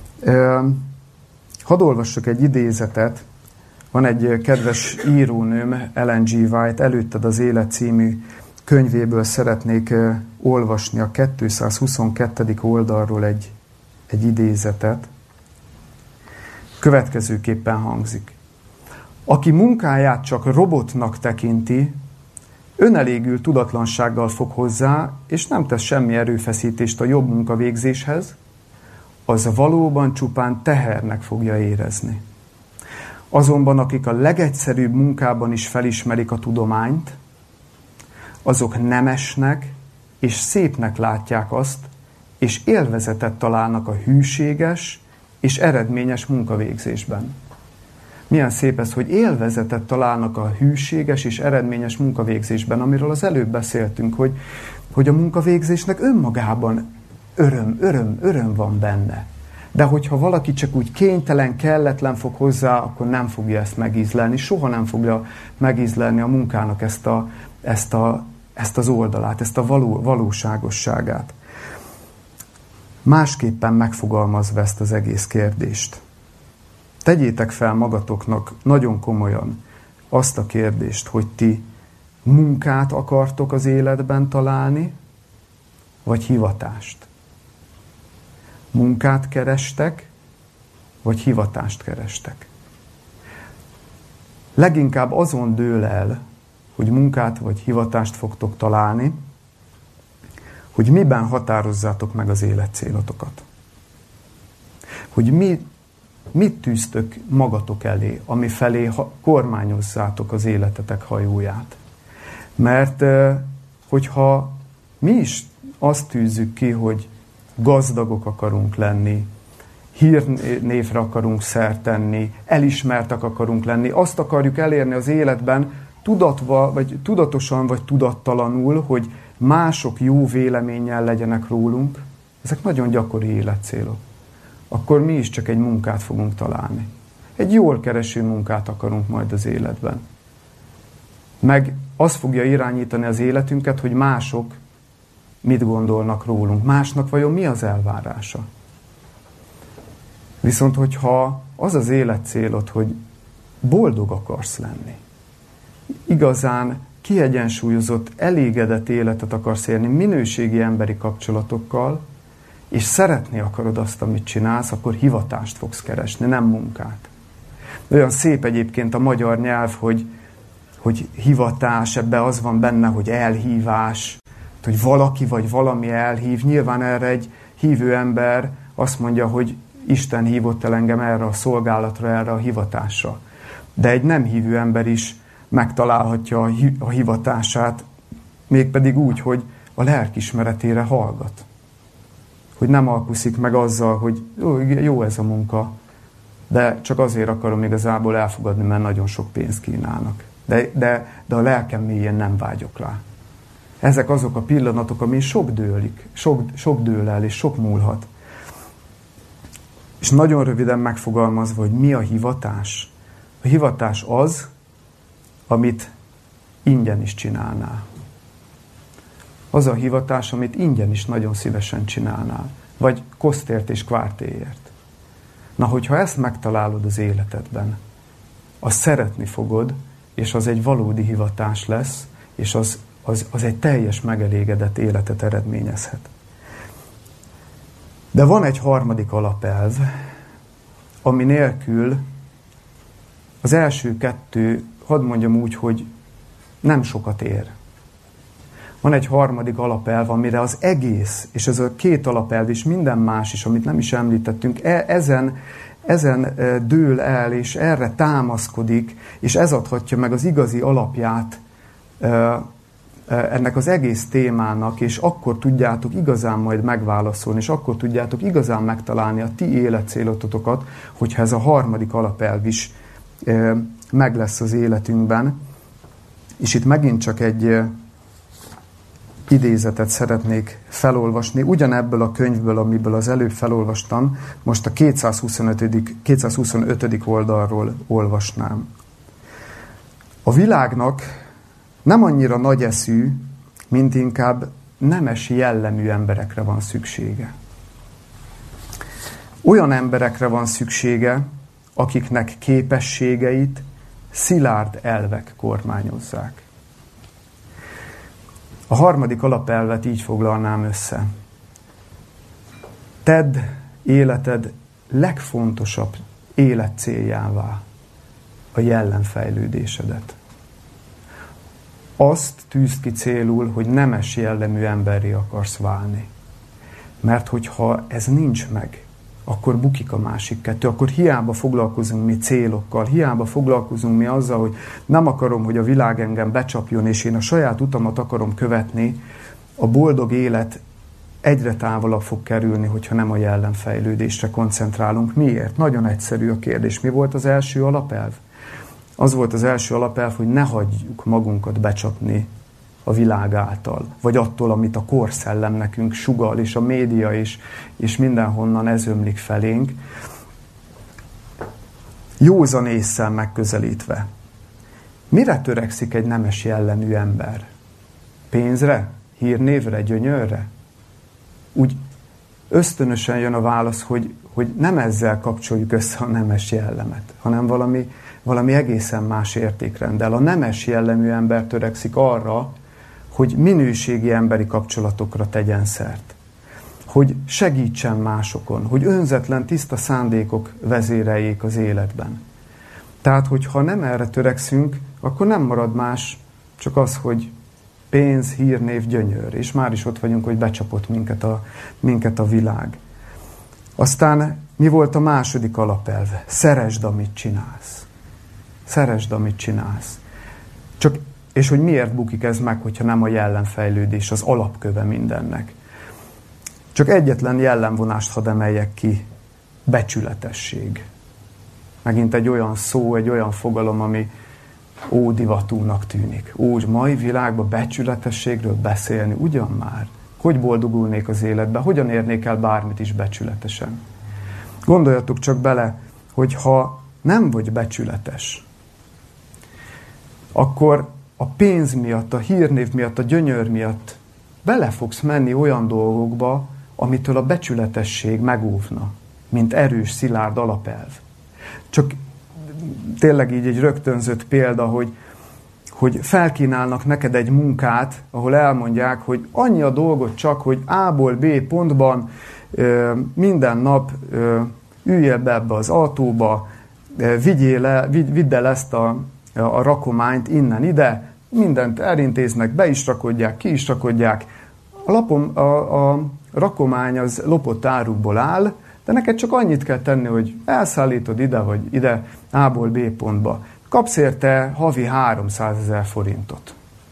Hadd olvassak egy idézetet. Van egy kedves írónőm, Ellen G. White, Előtted az élet című könyvéből szeretnék olvasni a 222. oldalról egy idézetet. Következőképpen hangzik. Aki munkáját csak robotnak tekinti, önelégül tudatlansággal fog hozzá, és nem tesz semmi erőfeszítést a jobb munkavégzéshez, az valóban csupán tehernek fogja érezni. Azonban akik a legegyszerűbb munkában is felismerik a tudományt, azok nemesnek és szépnek látják azt, és élvezetet találnak a hűséges és eredményes munkavégzésben. Milyen szép ez, hogy élvezetet találnak a hűséges és eredményes munkavégzésben, amiről az előbb beszéltünk, hogy a munkavégzésnek önmagában öröm van benne. De hogyha valaki csak úgy kénytelen, kelletlen fog hozzá, akkor nem fogja ezt megízlelni. Soha nem fogja megízlelni a munkának ezt az oldalát, ezt a valóságosságát. Másképpen megfogalmazva ezt az egész kérdést. Tegyétek fel magatoknak nagyon komolyan azt a kérdést, hogy ti munkát akartok az életben találni, vagy hivatást? Munkát kerestek, vagy hivatást kerestek? Leginkább azon dől el, hogy munkát vagy hivatást fogtok találni, hogy miben határozzátok meg az életcélotokat. Hogy mit tűztök magatok elé, ami felé kormányozzátok az életetek hajóját. Mert hogyha mi is azt tűzzük ki, hogy gazdagok akarunk lenni, hírnévre akarunk szert tenni, elismertek akarunk lenni, azt akarjuk elérni az életben, tudatosan vagy tudattalanul, hogy mások jó véleménnyel legyenek rólunk, ezek nagyon gyakori életcélok. Akkor mi is csak egy munkát fogunk találni. Egy jól kereső munkát akarunk majd az életben. Meg az fogja irányítani az életünket, hogy mások mit gondolnak rólunk. Másnak vajon mi az elvárása? Viszont hogyha az az életcélod, hogy boldog akarsz lenni, igazán kiegyensúlyozott, elégedett életet akarsz élni minőségi emberi kapcsolatokkal, és szeretni akarod azt, amit csinálsz, akkor hivatást fogsz keresni, nem munkát. Olyan szép egyébként a magyar nyelv, hogy hivatás, ebbe az van benne, hogy elhívás, hogy valaki vagy valami elhív. Nyilván erre egy hívő ember azt mondja, hogy Isten hívott el engem erre a szolgálatra, erre a hivatásra. De egy nem hívő ember is megtalálhatja a hivatását, mégpedig úgy, hogy a lelkismeretére hallgat. Hogy nem alkuszik meg azzal, hogy jó ez a munka, de csak azért akarom igazából elfogadni, mert nagyon sok pénzt kínálnak. De a lelkem mélyén nem vágyok rá. Ezek azok a pillanatok, amin sok dől el, és sok múlhat. És nagyon röviden megfogalmazva, hogy mi a hivatás. A hivatás az, amit ingyen is csinálnál. Az a hivatás, amit ingyen is nagyon szívesen csinálnál. Vagy kosztért és kvártéért. Na, hogyha ezt megtalálod az életedben, azt szeretni fogod, és az egy valódi hivatás lesz, és az egy teljes megelégedett életet eredményezhet. De van egy harmadik alapelv, ami nélkül az első kettő, hadd mondjam úgy, hogy nem sokat ér. Van egy harmadik alapelv, amire az egész, és ez a két alapelv is, minden más is, amit nem is említettünk, ezen dől el, és erre támaszkodik, és ez adhatja meg az igazi alapját ennek az egész témának, és akkor tudjátok igazán majd megválaszolni, és akkor tudjátok igazán megtalálni a ti életcélotokat, hogyha ez a harmadik alapelv is meg lesz az életünkben. És itt megint csak egy idézetet szeretnék felolvasni, ugyanebből a könyvből, amiből az előbb felolvastam, most a 225. oldalról olvasnám. A világnak nem annyira nagy eszű, mint inkább nemes jellemű emberekre van szüksége. Olyan emberekre van szüksége, akiknek képességeit szilárd elvek kormányozzák. A harmadik alapelvet így foglalnám össze. Tedd életed legfontosabb életcéljává a jellemfejlődésedet. Azt tűzd ki célul, hogy nemes jellemű emberré akarsz válni. Mert hogyha ez nincs meg, akkor bukik a másik kettő, akkor hiába foglalkozunk mi célokkal, hiába foglalkozunk mi azzal, hogy nem akarom, hogy a világ engem becsapjon, és én a saját utamat akarom követni, a boldog élet egyre távolabb fog kerülni, hogyha nem a jellemfejlődésre koncentrálunk. Miért? Nagyon egyszerű a kérdés. Mi volt az első alapelv? Az volt az első alapelv, hogy ne hagyjuk magunkat becsapni a világ által, vagy attól, amit a korszellem nekünk sugall, és a média is, és mindenhonnan ez ömlik felénk. Józan ésszel megközelítve. Mire törekszik egy nemes jellemű ember? Pénzre? Hírnévre? Gyönyörre? Úgy ösztönösen jön a válasz, hogy nem ezzel kapcsoljuk össze a nemes jellemet, hanem valami egészen más értékrenddel. A nemes jellemű ember törekszik arra, hogy minőségi emberi kapcsolatokra tegyen szert. Hogy segítsen másokon, hogy önzetlen, tiszta szándékok vezéreljék az életben. Tehát, hogyha nem erre törekszünk, akkor nem marad más, csak az, hogy pénz, hírnév, gyönyör. És már is ott vagyunk, hogy becsapott minket a világ. Aztán mi volt a második alapelv? Szeresd, amit csinálsz. Szeresd, amit csinálsz. És hogy miért bukik ez meg, hogyha nem a jellemfejlődés az alapköve mindennek. Csak egyetlen jellemvonást hadd emeljek ki. Becsületesség. Megint egy olyan szó, egy olyan fogalom, ami ódivatúnak tűnik. Mai világban becsületességről beszélni, ugyan már? Hogy boldogulnék az életben? Hogyan érnék el bármit is becsületesen? Gondoljatok csak bele, hogy ha nem vagy becsületes, akkor a pénz miatt, a hírnév miatt, a gyönyör miatt bele fogsz menni olyan dolgokba, amitől a becsületesség megóvna, mint erős, szilárd alapelv. Csak tényleg így egy rögtönzött példa, hogy felkínálnak neked egy munkát, ahol elmondják, hogy annyi a dolgot csak, hogy A-ból B pontban minden nap üljél be ebbe az autóba, vidd el ezt a rakományt innen ide, mindent elintéznek, be is rakodják, ki is rakodják. A rakomány az lopott árukból áll, de neked csak annyit kell tenni, hogy elszállítod ide vagy ide, A-ból B pontba. Kapsz érte havi 300 000 forintot.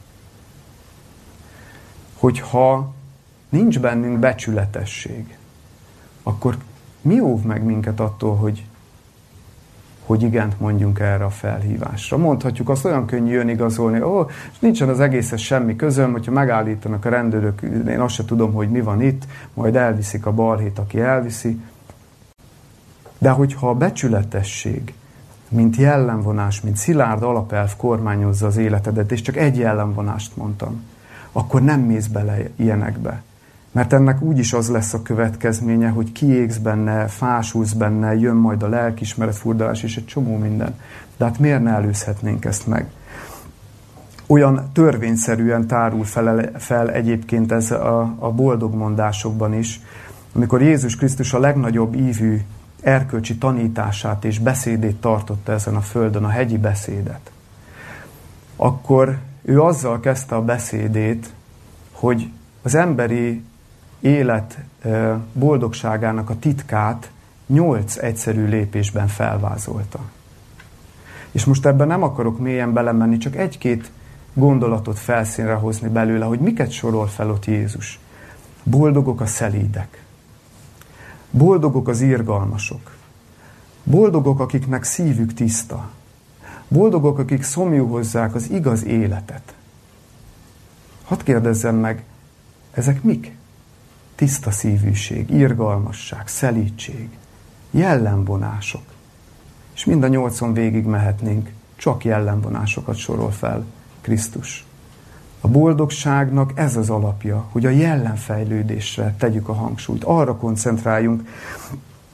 Hogyha nincs bennünk becsületesség, akkor mi óv meg minket attól, hogy igent mondjunk erre a felhívásra? Mondhatjuk azt, olyan könnyű önigazolni, nincsen az egészhez semmi közöm, hogyha megállítanak a rendőrök, én azt se tudom, hogy mi van itt, majd elviszik a balhét, aki elviszi. De hogyha a becsületesség, mint jellemvonás, mint szilárd alapelv kormányozza az életedet, és csak egy jellemvonást mondtam, akkor nem mész bele ilyenekbe. Mert ennek úgyis az lesz a következménye, hogy kiégsz benne, fásulsz benne, jön majd a lelkiismeret furdalás és egy csomó minden. De hát miért ne előzhetnénk ezt meg? Olyan törvényszerűen tárul fel egyébként ez a boldog mondásokban is, amikor Jézus Krisztus a legnagyobb ívű erkölcsi tanítását és beszédét tartotta ezen a földön, a hegyi beszédet. Akkor ő azzal kezdte a beszédét, hogy az emberi élet boldogságának a titkát 8 egyszerű lépésben felvázolta. És most ebben nem akarok mélyen belemenni, csak egy-két gondolatot felszínre hozni belőle, hogy miket sorol fel ott Jézus. Boldogok a szelídek. Boldogok az irgalmasok. Boldogok, akiknek szívük tiszta. Boldogok, akik szomjúhozzák az igaz életet. Hadd kérdezzem meg, ezek mik? Tiszta szívűség, irgalmasság, szelídség, jellemvonások. És mind a 8-on végig mehetnénk, csak jellemvonásokat sorol fel Krisztus. A boldogságnak ez az alapja, hogy a jellemfejlődésre tegyük a hangsúlyt, arra koncentráljunk,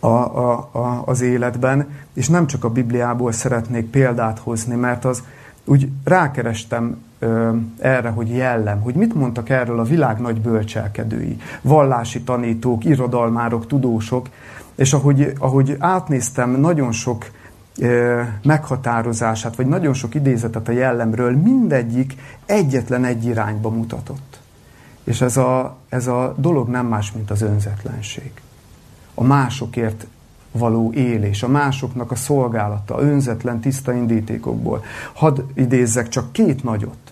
az életben, és nem csak a Bibliából szeretnék példát hozni, mert az úgy rákerestem erre, hogy jellem, hogy mit mondtak erről a világ nagy bölcselkedői, vallási tanítók, irodalmárok, tudósok, és ahogy átnéztem nagyon sok meghatározását, vagy nagyon sok idézetet a jellemről, mindegyik egyetlen egy irányba mutatott. És ez a dolog nem más, mint az önzetlenség. A másokért való élés, a másoknak a szolgálata, önzetlen, tiszta indítékokból. Hadd idézzek csak két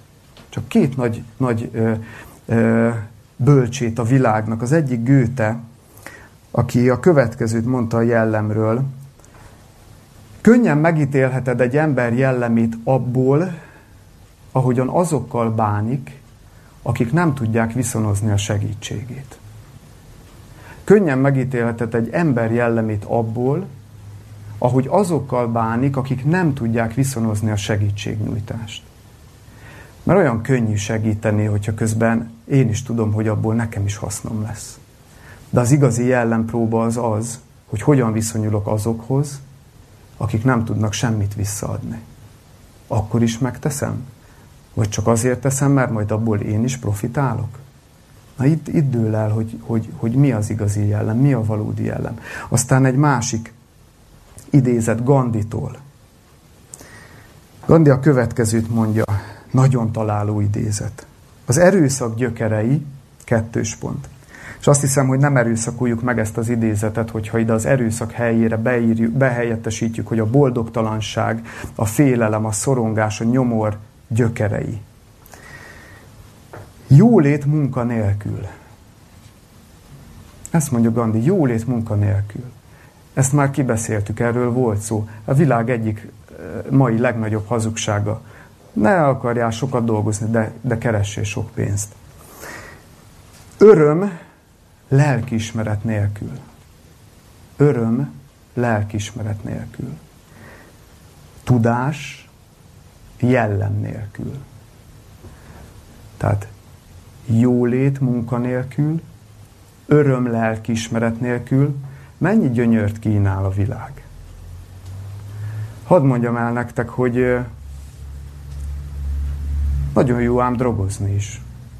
nagy bölcsét a világnak. Az egyik Goethe, aki a következőt mondta a jellemről. Könnyen megítélheted egy ember jellemét abból, ahogyan azokkal bánik, akik nem tudják viszonozni a segítségét. Könnyen megítélheted egy ember jellemét abból, ahogy azokkal bánik, akik nem tudják viszonozni a segítségnyújtást. Mert olyan könnyű segíteni, hogyha közben én is tudom, hogy abból nekem is hasznom lesz. De az igazi jellempróba az, hogy hogyan viszonyulok azokhoz, akik nem tudnak semmit visszaadni. Akkor is megteszem? Vagy csak azért teszem, mert majd abból én is profitálok? Na itt dől el, hogy mi az igazi jellem, mi a valódi jellem. Aztán egy másik idézet Gandhitól. Gandhi a következőt mondja, nagyon találó idézet. Az erőszak gyökerei, 2. pont. És azt hiszem, hogy nem erőszakoljuk meg ezt az idézetet, hogyha ide az erőszak helyére behelyettesítjük, hogy a boldogtalanság, a félelem, a szorongás, a nyomor gyökerei. Jólét munka nélkül. Ezt mondja Gandhi, jólét munka nélkül. Ezt már kibeszéltük, erről volt szó. A világ egyik mai legnagyobb hazugsága. Ne akarjál sokat dolgozni, de keressél sok pénzt. Öröm lelkiismeret nélkül. Öröm lelkiismeret nélkül. Tudás jellem nélkül. Tehát jólét munka nélkül, öröm lelkiismeret nélkül, mennyi gyönyört kínál a világ. Hadd mondjam el nektek, hogy nagyon jó ám drogozni is.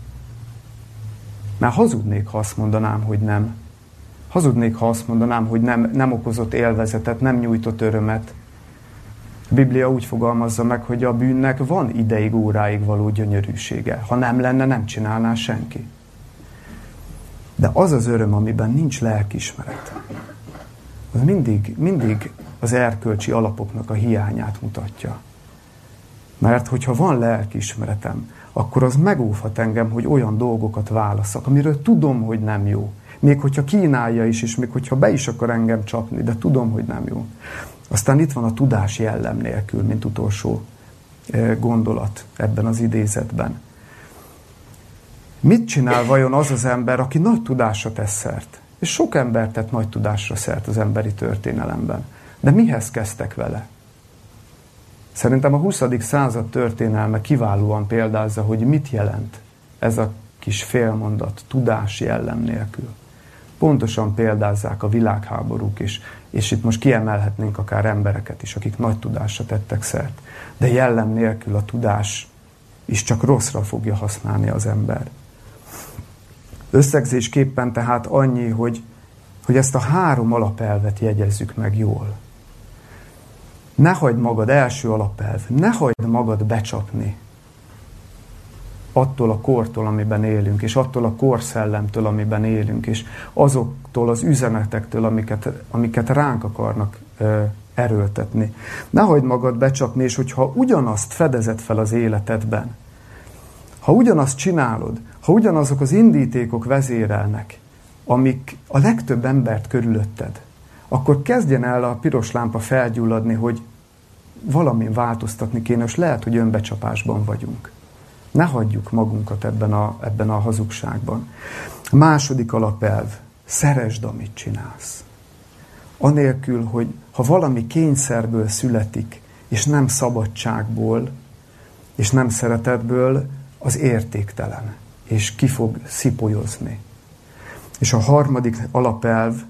Mert hazudnék, ha azt mondanám, hogy nem. Hazudnék, ha azt mondanám, hogy nem okozott élvezetet, nem nyújtott örömet. A Biblia úgy fogalmazza meg, hogy a bűnnek van ideig, óráig való gyönyörűsége. Ha nem lenne, nem csinálná senki. De az az öröm, amiben nincs lelkiismeret, az mindig az erkölcsi alapoknak a hiányát mutatja. Mert hogyha van lelkiismeretem, akkor az megóvhat engem, hogy olyan dolgokat válasszak, amiről tudom, hogy nem jó. Még hogyha kínálja is, és még hogyha be is akar engem csapni, de tudom, hogy nem jó. Aztán itt van a tudás jellem nélkül, mint utolsó gondolat ebben az idézetben. Mit csinál vajon az az ember, aki nagy tudásra tesz szert? És sok ember tett nagy tudásra szert az emberi történelemben. De mihez kezdtek vele? Szerintem a 20. század történelme kiválóan példázza, hogy mit jelent ez a kis félmondat, tudás jellem nélkül. Pontosan példázzák a világháborúk is, és itt most kiemelhetnénk akár embereket is, akik nagy tudásra tettek szert. De jellem nélkül a tudás is csak rosszra fogja használni az ember. Összegzésképpen tehát annyi, hogy ezt a 3 alapelvet jegyezzük meg jól. Ne hagyd magad, első alapelv, ne hagyd magad becsapni attól a kortól, amiben élünk, és attól a korszellemtől, amiben élünk, és azoktól az üzenetektől, amiket ránk akarnak erőltetni. Ne hagyd magad becsapni, és hogyha ugyanazt fedezed fel az életedben, ha ugyanazt csinálod, ha ugyanazok az indítékok vezérelnek, amik a legtöbb embert körülötted, akkor kezdjen el a piros lámpa felgyulladni, hogy valamin változtatni kéne, és lehet, hogy önbecsapásban vagyunk. Ne hagyjuk magunkat ebben a hazugságban. A második alapelv, szeresd, amit csinálsz. Anélkül, hogy ha valami kényszerből születik, és nem szabadságból, és nem szeretetből, az értéktelen, és ki fog szipolyozni. És a harmadik alapelv,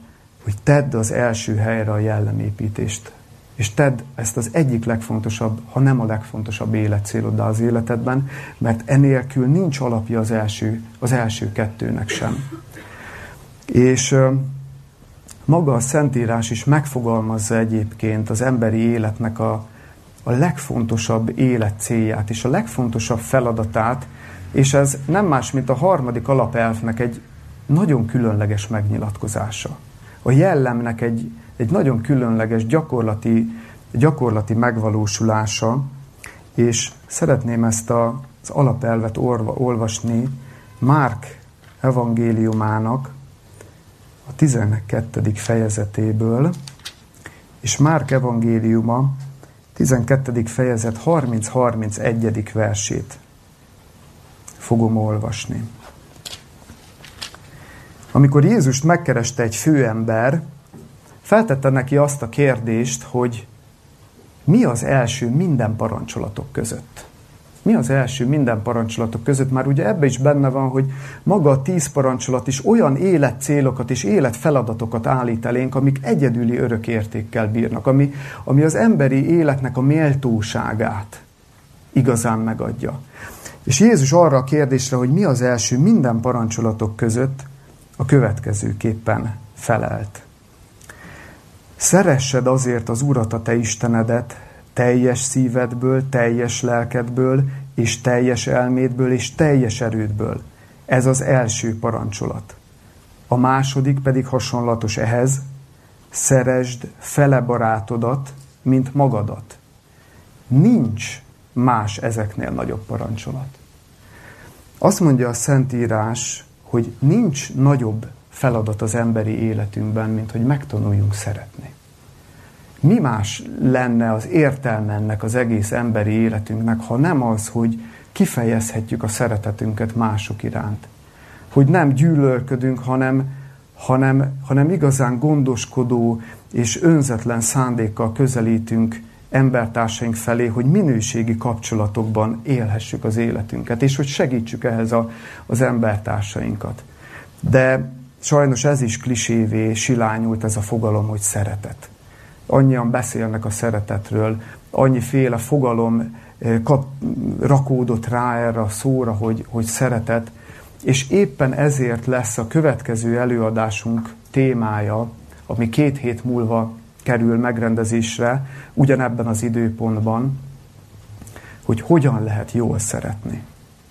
hogy tedd az első helyre a jellemépítést. És tedd ezt az egyik legfontosabb, ha nem a legfontosabb életcéloddá az életedben, mert enélkül nincs alapja az első kettőnek sem. És maga a Szentírás is megfogalmazza egyébként az emberi életnek a legfontosabb életcélját és a legfontosabb feladatát, és ez nem más, mint a harmadik alapelvnek egy nagyon különleges megnyilatkozása. A jellemnek egy nagyon különleges gyakorlati megvalósulása, és szeretném ezt az alapelvet olvasni Márk evangéliumának a 12. fejezetéből, és Márk evangéliuma 12. fejezet 30-31. versét fogom olvasni. Amikor Jézust megkereste egy főember, feltette neki azt a kérdést, hogy mi az első minden parancsolatok között. Mi az első minden parancsolatok között? Már ugye ebbe is benne van, hogy maga a 10 parancsolat is olyan életcélokat és életfeladatokat állít elénk, amik egyedüli örök értékkel bírnak, ami az emberi életnek a méltóságát igazán megadja. És Jézus arra a kérdésre, hogy mi az első minden parancsolatok között, a következőképpen felelt. Szeressed azért az Urat, a te Istenedet, teljes szívedből, teljes lelkedből, és teljes elmédből, és teljes erődből. Ez az első parancsolat. A második pedig hasonlatos ehhez, szeresd fele barátodat, mint magadat. Nincs más ezeknél nagyobb parancsolat. Azt mondja a Szentírás, hogy nincs nagyobb feladat az emberi életünkben, mint hogy megtanuljunk szeretni. Mi más lenne az értelme ennek az egész emberi életünknek, ha nem az, hogy kifejezhetjük a szeretetünket mások iránt. Hogy nem gyűlölködünk, hanem igazán gondoskodó és önzetlen szándékkal közelítünk embertársaink felé, hogy minőségi kapcsolatokban élhessük az életünket, és hogy segítsük ehhez az embertársainkat. De sajnos ez is klisévé silányult ez a fogalom, hogy szeretet. Annyian beszélnek a szeretetről, annyiféle fogalom rakódott rá erre a szóra, hogy szeretet, és éppen ezért lesz a következő előadásunk témája, ami 2 hét múlva kerül megrendezésre, ugyanebben az időpontban, hogy hogyan lehet jól szeretni.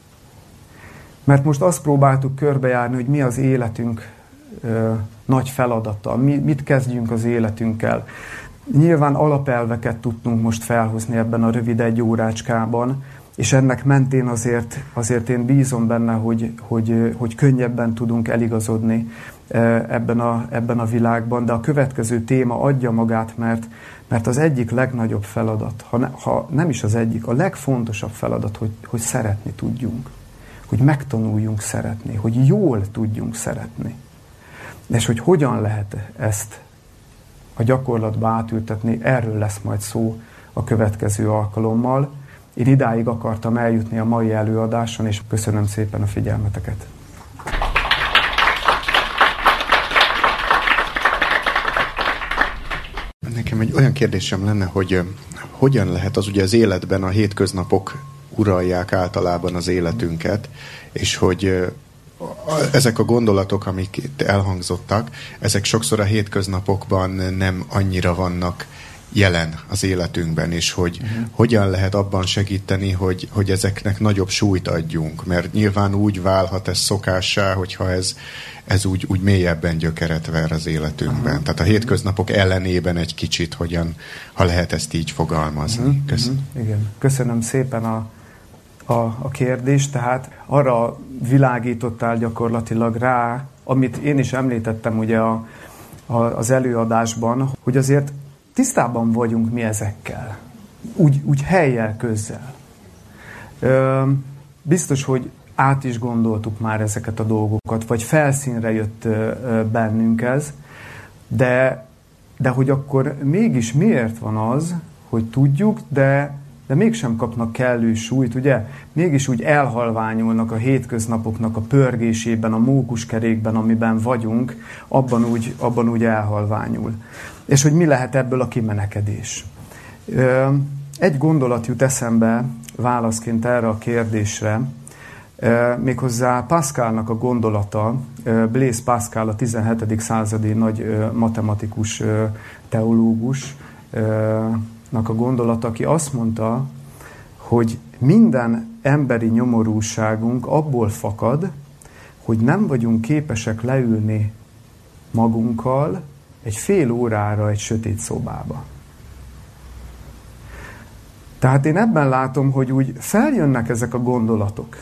Mert most azt próbáltuk körbejárni, hogy mi az életünk nagy feladata, mit kezdjünk az életünkkel. Nyilván alapelveket tudtunk most felhozni ebben a rövid 1 órácskában, és ennek mentén azért én bízom benne, hogy könnyebben tudunk eligazodni ebben a világban, de a következő téma adja magát, mert az egyik legnagyobb feladat, ha nem is az egyik, a legfontosabb feladat, hogy szeretni tudjunk, hogy megtanuljunk szeretni, hogy jól tudjunk szeretni. És hogy hogyan lehet ezt a gyakorlatba átültetni, erről lesz majd szó a következő alkalommal. Én idáig akartam eljutni a mai előadáson, és köszönöm szépen a figyelmeteket. Nekem egy olyan kérdésem lenne, hogy hogyan lehet az, ugye az életben a hétköznapok uralják általában az életünket, és hogy ezek a gondolatok, amik itt elhangzottak, ezek sokszor a hétköznapokban nem annyira vannak jelen az életünkben, és hogy hogyan lehet abban segíteni, hogy ezeknek nagyobb súlyt adjunk, mert nyilván úgy válhat ez szokássá, hogyha ez úgy mélyebben gyökeret ver az életünkben. Tehát a hétköznapok ellenében egy kicsit, ha lehet ezt így fogalmazni. Igen. Köszönöm szépen a kérdést, tehát arra világítottál gyakorlatilag rá, amit én is említettem ugye az előadásban, hogy azért tisztában vagyunk mi ezekkel, úgy helyjel, közzel. Biztos, hogy át is gondoltuk már ezeket a dolgokat, vagy felszínre jött bennünk ez, de hogy akkor mégis miért van az, hogy tudjuk, de de mégsem kapnak kellő súlyt, ugye? Mégis úgy elhalványulnak a hétköznapoknak a pörgésében, a mókuskerékben, amiben vagyunk, abban úgy elhalványul. És hogy mi lehet ebből a kimenekedés? Egy gondolat jut eszembe válaszként erre a kérdésre, méghozzá Pascalnak a gondolata, Blaise Pascal, a 17. századi nagy matematikus teológusnak a gondolata, aki azt mondta, hogy minden emberi nyomorúságunk abból fakad, hogy nem vagyunk képesek leülni magunkkal egy fél órára egy sötét szobába. Tehát én ebben látom, hogy úgy feljönnek ezek a gondolatok,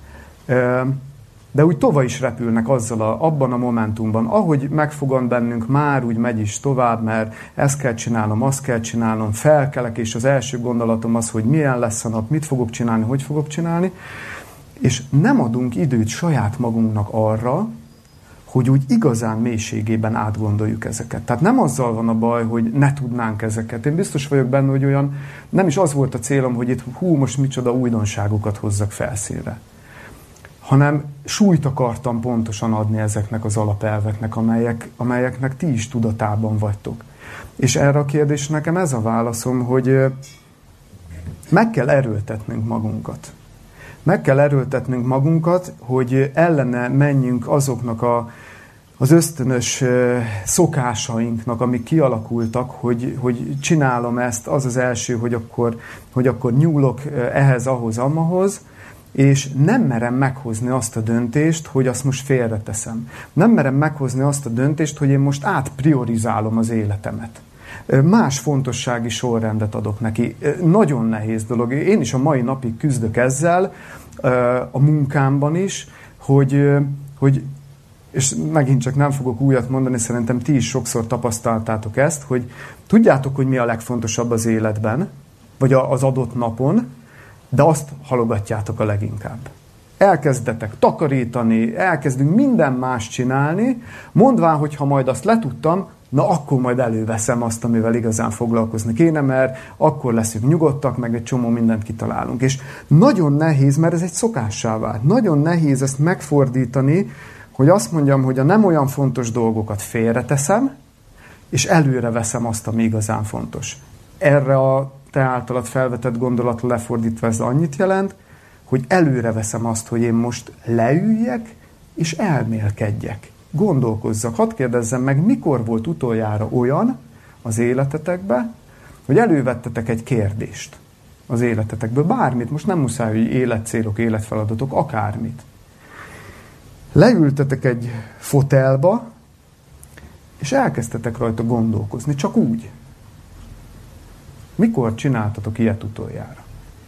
de úgy tovább is repülnek abban a momentumban. Ahogy megfogad bennünk, már úgy megy is tovább, mert ezt kell csinálnom, azt kell csinálnom, felkelek, és az első gondolatom az, hogy milyen lesz a nap, mit fogok csinálni, hogy fogok csinálni, és nem adunk időt saját magunknak arra, hogy úgy igazán mélységében átgondoljuk ezeket. Tehát nem azzal van a baj, hogy ne tudnánk ezeket. Én biztos vagyok benne, hogy olyan, nem is az volt a célom, hogy itt most micsoda újdonságokat hozzak felszínre, hanem súlyt akartam pontosan adni ezeknek az alapelveknek, amelyeknek ti is tudatában vagytok. És erre a kérdésre nekem ez a válaszom, hogy meg kell erőltetnünk magunkat. Meg kell erőltetnünk magunkat, hogy ellene menjünk azoknak az ösztönös szokásainknak, amik kialakultak, hogy csinálom ezt, az az első, hogy akkor nyúlok ehhez, ahhoz, amahoz, és nem merem meghozni azt a döntést, hogy azt most félreteszem. Nem merem meghozni azt a döntést, hogy én most átpriorizálom az életemet. Más fontossági sorrendet adok neki. Nagyon nehéz dolog. Én is a mai napig küzdök ezzel, a munkámban is, hogy és megint csak nem fogok újat mondani, szerintem ti is sokszor tapasztaltátok ezt, hogy tudjátok, hogy mi a legfontosabb az életben, vagy az adott napon, de azt halogatjátok a leginkább. Elkezdetek takarítani, elkezdünk minden más csinálni, mondván, hogy ha majd azt letudtam, na akkor majd előveszem azt, amivel igazán foglalkozni kéne, mert akkor leszünk nyugodtak, meg egy csomó mindent kitalálunk. És nagyon nehéz, mert ez egy szokássá vált. Nagyon nehéz ezt megfordítani, hogy azt mondjam, hogy a nem olyan fontos dolgokat félreteszem, és előre veszem azt, ami igazán fontos. Erre a te általad felvetett gondolatra lefordítva ez annyit jelent, hogy előre veszem azt, hogy én most leüljek, és elmélkedjek. Gondolkozzak. Hadd kérdezzem meg, mikor volt utoljára olyan az életetekben, hogy elővettetek egy kérdést az életetekből. Bármit, most nem muszáj, hogy életcélok, életfeladatok, akármit. Leültetek egy fotelba, és elkezdtetek rajta gondolkozni, csak úgy. Mikor csináltatok ilyet utoljára?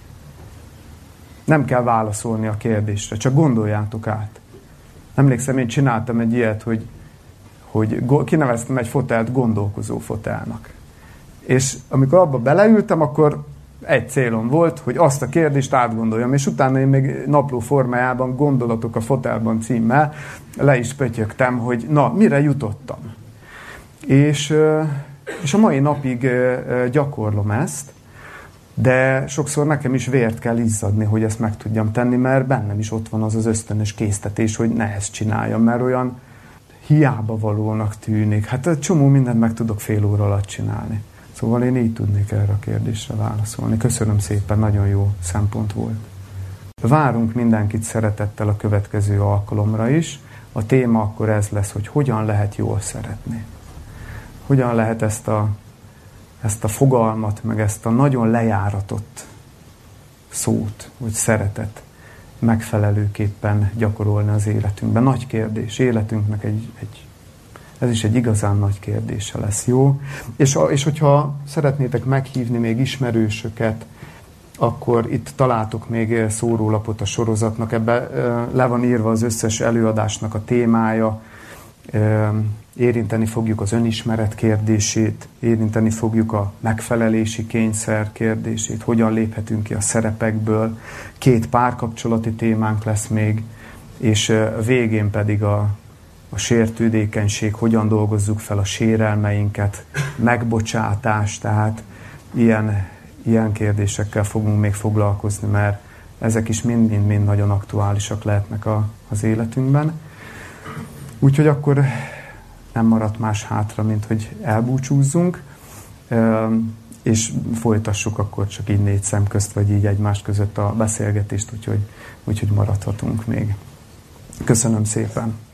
Nem kell válaszolni a kérdésre, csak gondoljátok át. Emlékszem, én csináltam egy ilyet, hogy kineveztem egy fotelt gondolkozó fotelnak. És amikor abba beleültem, akkor egy célom volt, hogy azt a kérdést átgondoljam, és utána én még napló formájában Gondolatok a fotelban címmel le is pötyögtem, hogy na, mire jutottam. És a mai napig gyakorlom ezt, de sokszor nekem is vért kell izzadni, hogy ezt meg tudjam tenni, mert bennem is ott van az ösztönös késztetés, hogy ne ezt csináljam, mert olyan hiába valónak tűnik. Hát egy csomó mindent meg tudok fél óra alatt csinálni. Szóval én így tudnék erre a kérdésre válaszolni. Köszönöm szépen, nagyon jó szempont volt. Várunk mindenkit szeretettel a következő alkalomra is. A téma akkor ez lesz, hogy hogyan lehet jól szeretni. Hogyan lehet ezt a fogalmat, meg ezt a nagyon lejáratott szót, vagy szeretet megfelelőképpen gyakorolni az életünkben. Nagy kérdés. Életünknek ez is egy igazán nagy kérdése lesz, jó? És hogyha szeretnétek meghívni még ismerősöket, akkor itt találtok még szórólapot a sorozatnak. Ebben le van írva az összes előadásnak a témája. Érinteni fogjuk az önismeret kérdését, érinteni fogjuk a megfelelési kényszer kérdését, hogyan léphetünk ki a szerepekből. 2 párkapcsolati témánk lesz még, és végén pedig a sértődékenység, hogyan dolgozzuk fel a sérelmeinket, megbocsátás, tehát ilyen kérdésekkel fogunk még foglalkozni, mert ezek is mind-mind nagyon aktuálisak lehetnek az életünkben. Úgyhogy akkor nem maradt más hátra, mint hogy elbúcsúzzunk, és folytassuk akkor csak így 4 szem közt, vagy így egymás között a beszélgetést, úgyhogy maradhatunk még. Köszönöm szépen!